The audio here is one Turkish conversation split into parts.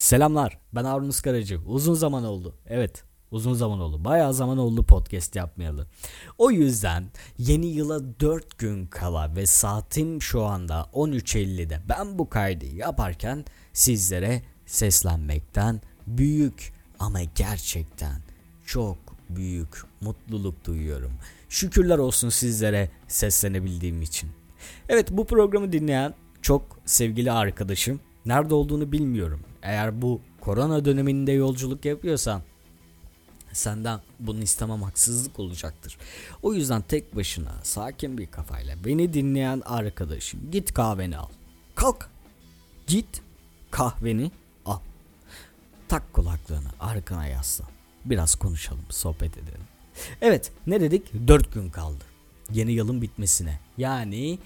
Selamlar, ben Harun Uskaracı. Uzun zaman oldu. Evet, uzun zaman oldu. Bayağı zaman oldu podcast yapmayalı. O yüzden yeni yıla 4 gün kala ve saatim şu anda 13.50'de ben bu kaydı yaparken sizlere seslenmekten büyük ama gerçekten çok büyük mutluluk duyuyorum. Şükürler olsun sizlere seslenebildiğim için. Evet, bu programı dinleyen çok sevgili arkadaşım nerede olduğunu bilmiyorum. Eğer bu korona döneminde yolculuk yapıyorsan senden bunu istemem haksızlık olacaktır. O yüzden tek başına sakin bir kafayla beni dinleyen arkadaşım git kahveni al. Kalk, git kahveni al. Tak kulaklığını, arkana yaslan. Biraz konuşalım, sohbet edelim. Evet, ne dedik? 4 gün kaldı yeni yılın bitmesine. Yani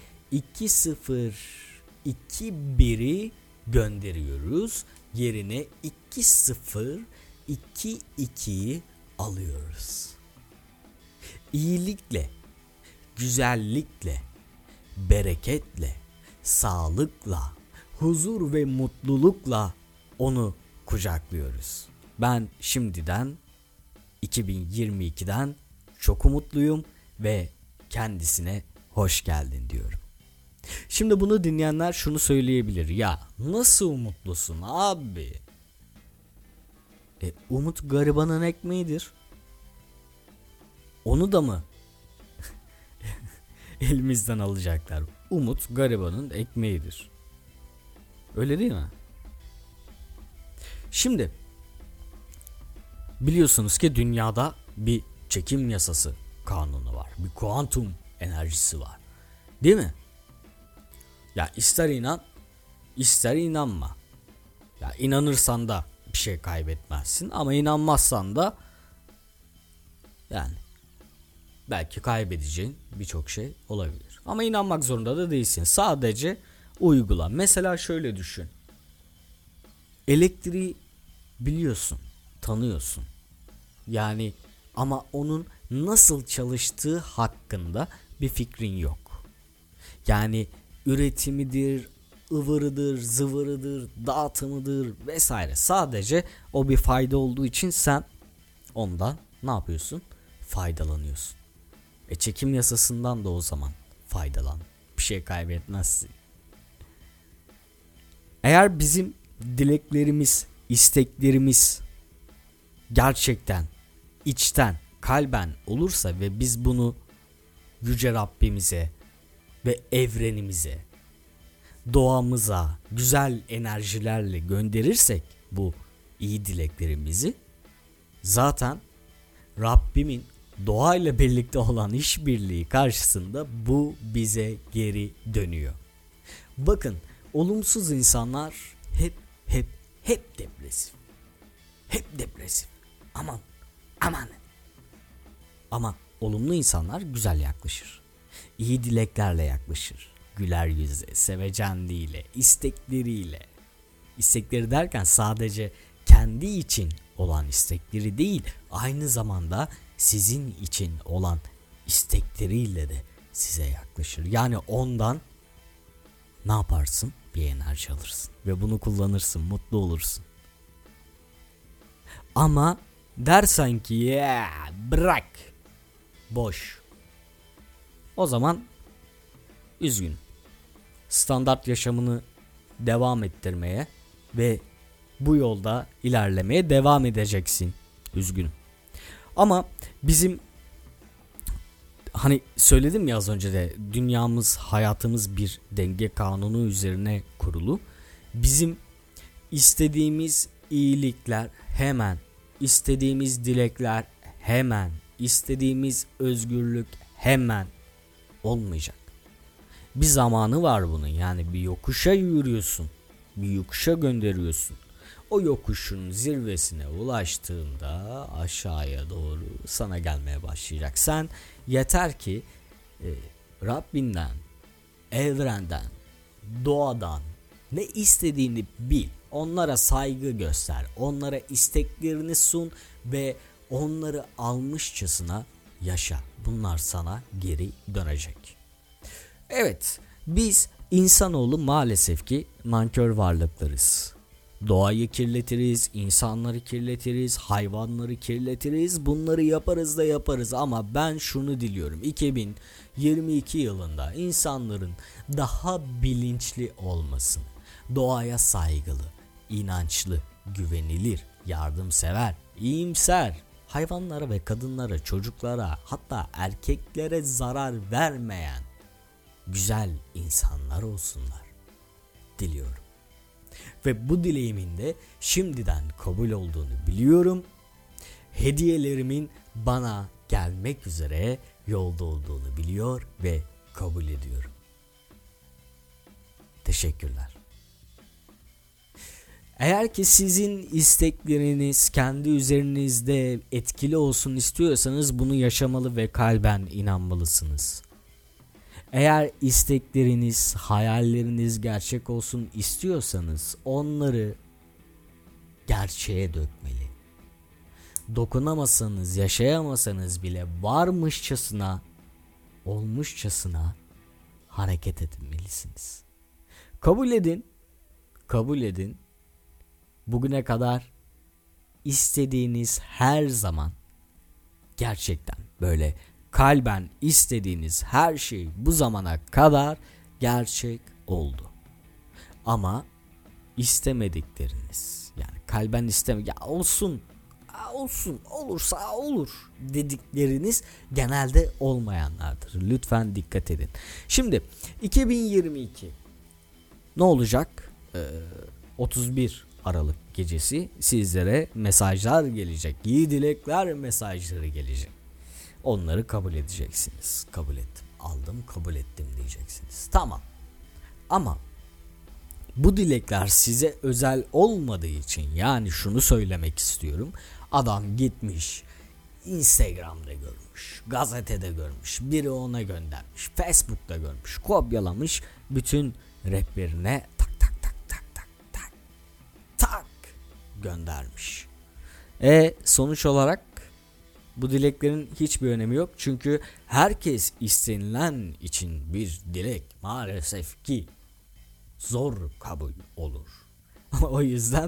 2-0-2-1'i gönderiyoruz. Yerine 2-0-2-2'yi alıyoruz. İyilikle, güzellikle, bereketle, sağlıkla, huzur ve mutlulukla onu kucaklıyoruz. Ben şimdiden 2022'den çok umutluyum ve kendisine hoş geldin diyorum. Şimdi bunu dinleyenler şunu söyleyebilir. Ya nasıl umutlusun abi? Umut garibanın ekmeğidir. Onu da mı elimizden alacaklar? Umut garibanın ekmeğidir. Öyle değil mi? Şimdi biliyorsunuz ki dünyada bir çekim yasası kanunu var. Bir kuantum enerjisi var. Değil mi? Ya ister inan, ister inanma. Ya inanırsan da bir şey kaybetmezsin ama inanmazsan da yani belki kaybedeceğin birçok şey olabilir. Ama inanmak zorunda da değilsin. Sadece uygula. Mesela şöyle düşün. Elektriği biliyorsun, tanıyorsun. Yani ama onun nasıl çalıştığı hakkında bir fikrin yok. Yani üretimidir, ıvırıdır, zıvırıdır, dağıtımıdır vesaire. Sadece o bir fayda olduğu için sen ondan ne yapıyorsun? Faydalanıyorsun. Çekim yasasından da o zaman faydalan. Bir şey kaybetmezsin. Eğer bizim dileklerimiz, isteklerimiz gerçekten içten, kalben olursa ve biz bunu Yüce Rabbimize ve evrenimize, doğamıza güzel enerjilerle gönderirsek bu iyi dileklerimizi, zaten Rabbimin doğayla birlikte olan işbirliği karşısında bu bize geri dönüyor. Bakın, olumsuz insanlar hep depresif. Hep depresif. Aman. Ama olumlu insanlar güzel yaklaşır. İyi dileklerle yaklaşır. Güler yüzle, sevecenliğiyle, istekleriyle. İstekleri derken sadece kendi için olan istekleri değil, aynı zamanda sizin için olan istekleriyle de size yaklaşır. Yani ondan ne yaparsın? Bir enerji alırsın ve bunu kullanırsın, mutlu olursun. Ama dersen ki ya bırak, boş, o zaman üzgün. Standart yaşamını devam ettirmeye ve bu yolda ilerlemeye devam edeceksin. Üzgünüm. Ama bizim hani söyledim ya az önce de, dünyamız, hayatımız bir denge kanunu üzerine kurulu. Bizim istediğimiz iyilikler hemen, istediğimiz dilekler hemen, istediğimiz özgürlük hemen olmayacak. Bir zamanı var bunun. Yani bir yokuşa yürüyorsun, bir yokuşa gönderiyorsun. O yokuşun zirvesine ulaştığında aşağıya doğru sana gelmeye başlayacak. Sen yeter ki Rabbinden, evrenden, doğadan ne istediğini bil. Onlara saygı göster. Onlara isteklerini sun ve onları almışçasına yaşa. Bunlar sana geri dönecek. Evet, biz insanoğlu maalesef ki nankör varlıklarız. Doğayı kirletiriz, insanları kirletiriz, hayvanları kirletiriz. Bunları yaparız da yaparız ama ben şunu diliyorum. 2022 yılında insanların daha bilinçli olmasını, doğaya saygılı, inançlı, güvenilir, yardımsever, iyimser, hayvanlara ve kadınlara, çocuklara, hatta erkeklere zarar vermeyen güzel insanlar olsunlar diliyorum. Ve bu dileğimin de şimdiden kabul olduğunu biliyorum. Hediyelerimin bana gelmek üzere yolda olduğunu biliyor ve kabul ediyorum. Teşekkürler. Eğer ki sizin istekleriniz kendi üzerinizde etkili olsun istiyorsanız bunu yaşamalı ve kalben inanmalısınız. Eğer istekleriniz, hayalleriniz gerçek olsun istiyorsanız onları gerçeğe dökmeli. Dokunamasanız, yaşayamasanız bile varmışçasına, olmuşçasına hareket etmelisiniz. Kabul edin, kabul edin. Bugüne kadar istediğiniz her zaman gerçekten böyle kalben istediğiniz her şey bu zamana kadar gerçek oldu. Ama istemedikleriniz, yani kalben ya olsun olursa olur dedikleriniz genelde olmayanlardır. Lütfen dikkat edin. Şimdi 2022 ne olacak? 31 Aralık gecesi sizlere mesajlar gelecek. İyi dilekler mesajları gelecek. Onları kabul edeceksiniz. Kabul ettim, aldım, kabul ettim diyeceksiniz. Tamam. Ama bu dilekler size özel olmadığı için, yani şunu söylemek istiyorum. Adam gitmiş, Instagram'da görmüş, gazetede görmüş, biri ona göndermiş, Facebook'ta görmüş, kopyalamış, bütün rehberine tak göndermiş. Sonuç olarak bu dileklerin hiçbir önemi yok. Çünkü herkes istenilen için bir dilek maalesef ki zor kabul olur. O yüzden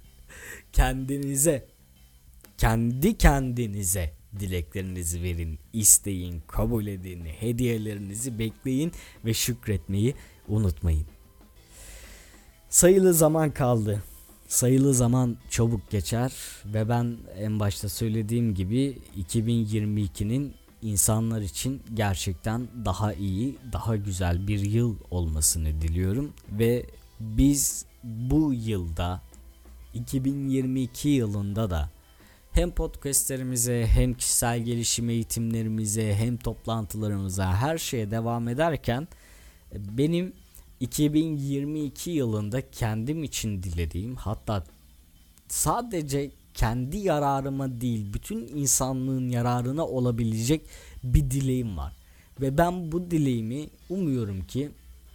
kendi kendinize dileklerinizi verin, isteyin, kabul edin, hediyelerinizi bekleyin ve şükretmeyi unutmayın. Sayılı zaman kaldı. Sayılı zaman çabuk geçer ve ben en başta söylediğim gibi 2022'nin insanlar için gerçekten daha iyi, daha güzel bir yıl olmasını diliyorum ve biz bu yılda 2022 yılında da hem podcastlerimize hem kişisel gelişim eğitimlerimize hem toplantılarımıza her şeye devam ederken benim 2022 yılında kendim için dilediğim, hatta sadece kendi yararıma değil bütün insanlığın yararına olabilecek bir dileğim var. Ve ben bu dileğimi umuyorum ki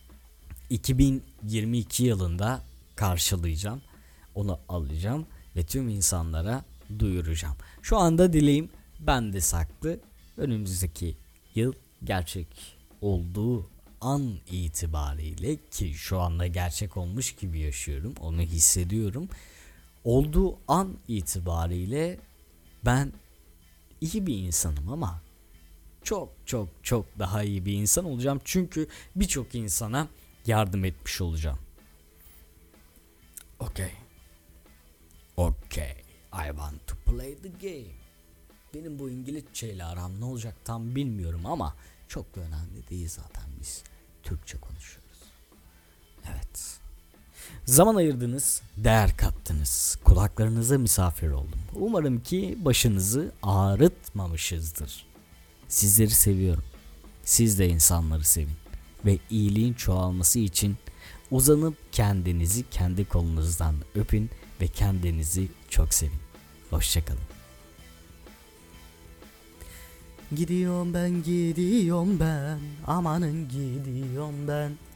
2022 yılında karşılayacağım. Onu alacağım ve tüm insanlara duyuracağım. Şu anda dileğim bende saklı. Önümüzdeki yıl gerçek olduğu an itibariyle, ki şu anda gerçek olmuş gibi yaşıyorum, onu hissediyorum. Olduğu an itibariyle ben iyi bir insanım ama çok çok çok daha iyi bir insan olacağım. Çünkü birçok insana yardım etmiş olacağım. Okay. I want to play the game. Benim bu İngilizce ile aram ne olacak tam bilmiyorum ama çok da önemli değil, zaten biz Türkçe konuşuyoruz. Evet. Zaman ayırdınız, değer kattınız. Kulaklarınıza misafir oldum. Umarım ki başınızı ağrıtmamışızdır. Sizleri seviyorum. Siz de insanları sevin. Ve iyiliğin çoğalması için uzanıp kendinizi kendi kolunuzdan öpün ve kendinizi çok sevin. Hoşçakalın. Gidiyorum ben, amanın gidiyorum ben.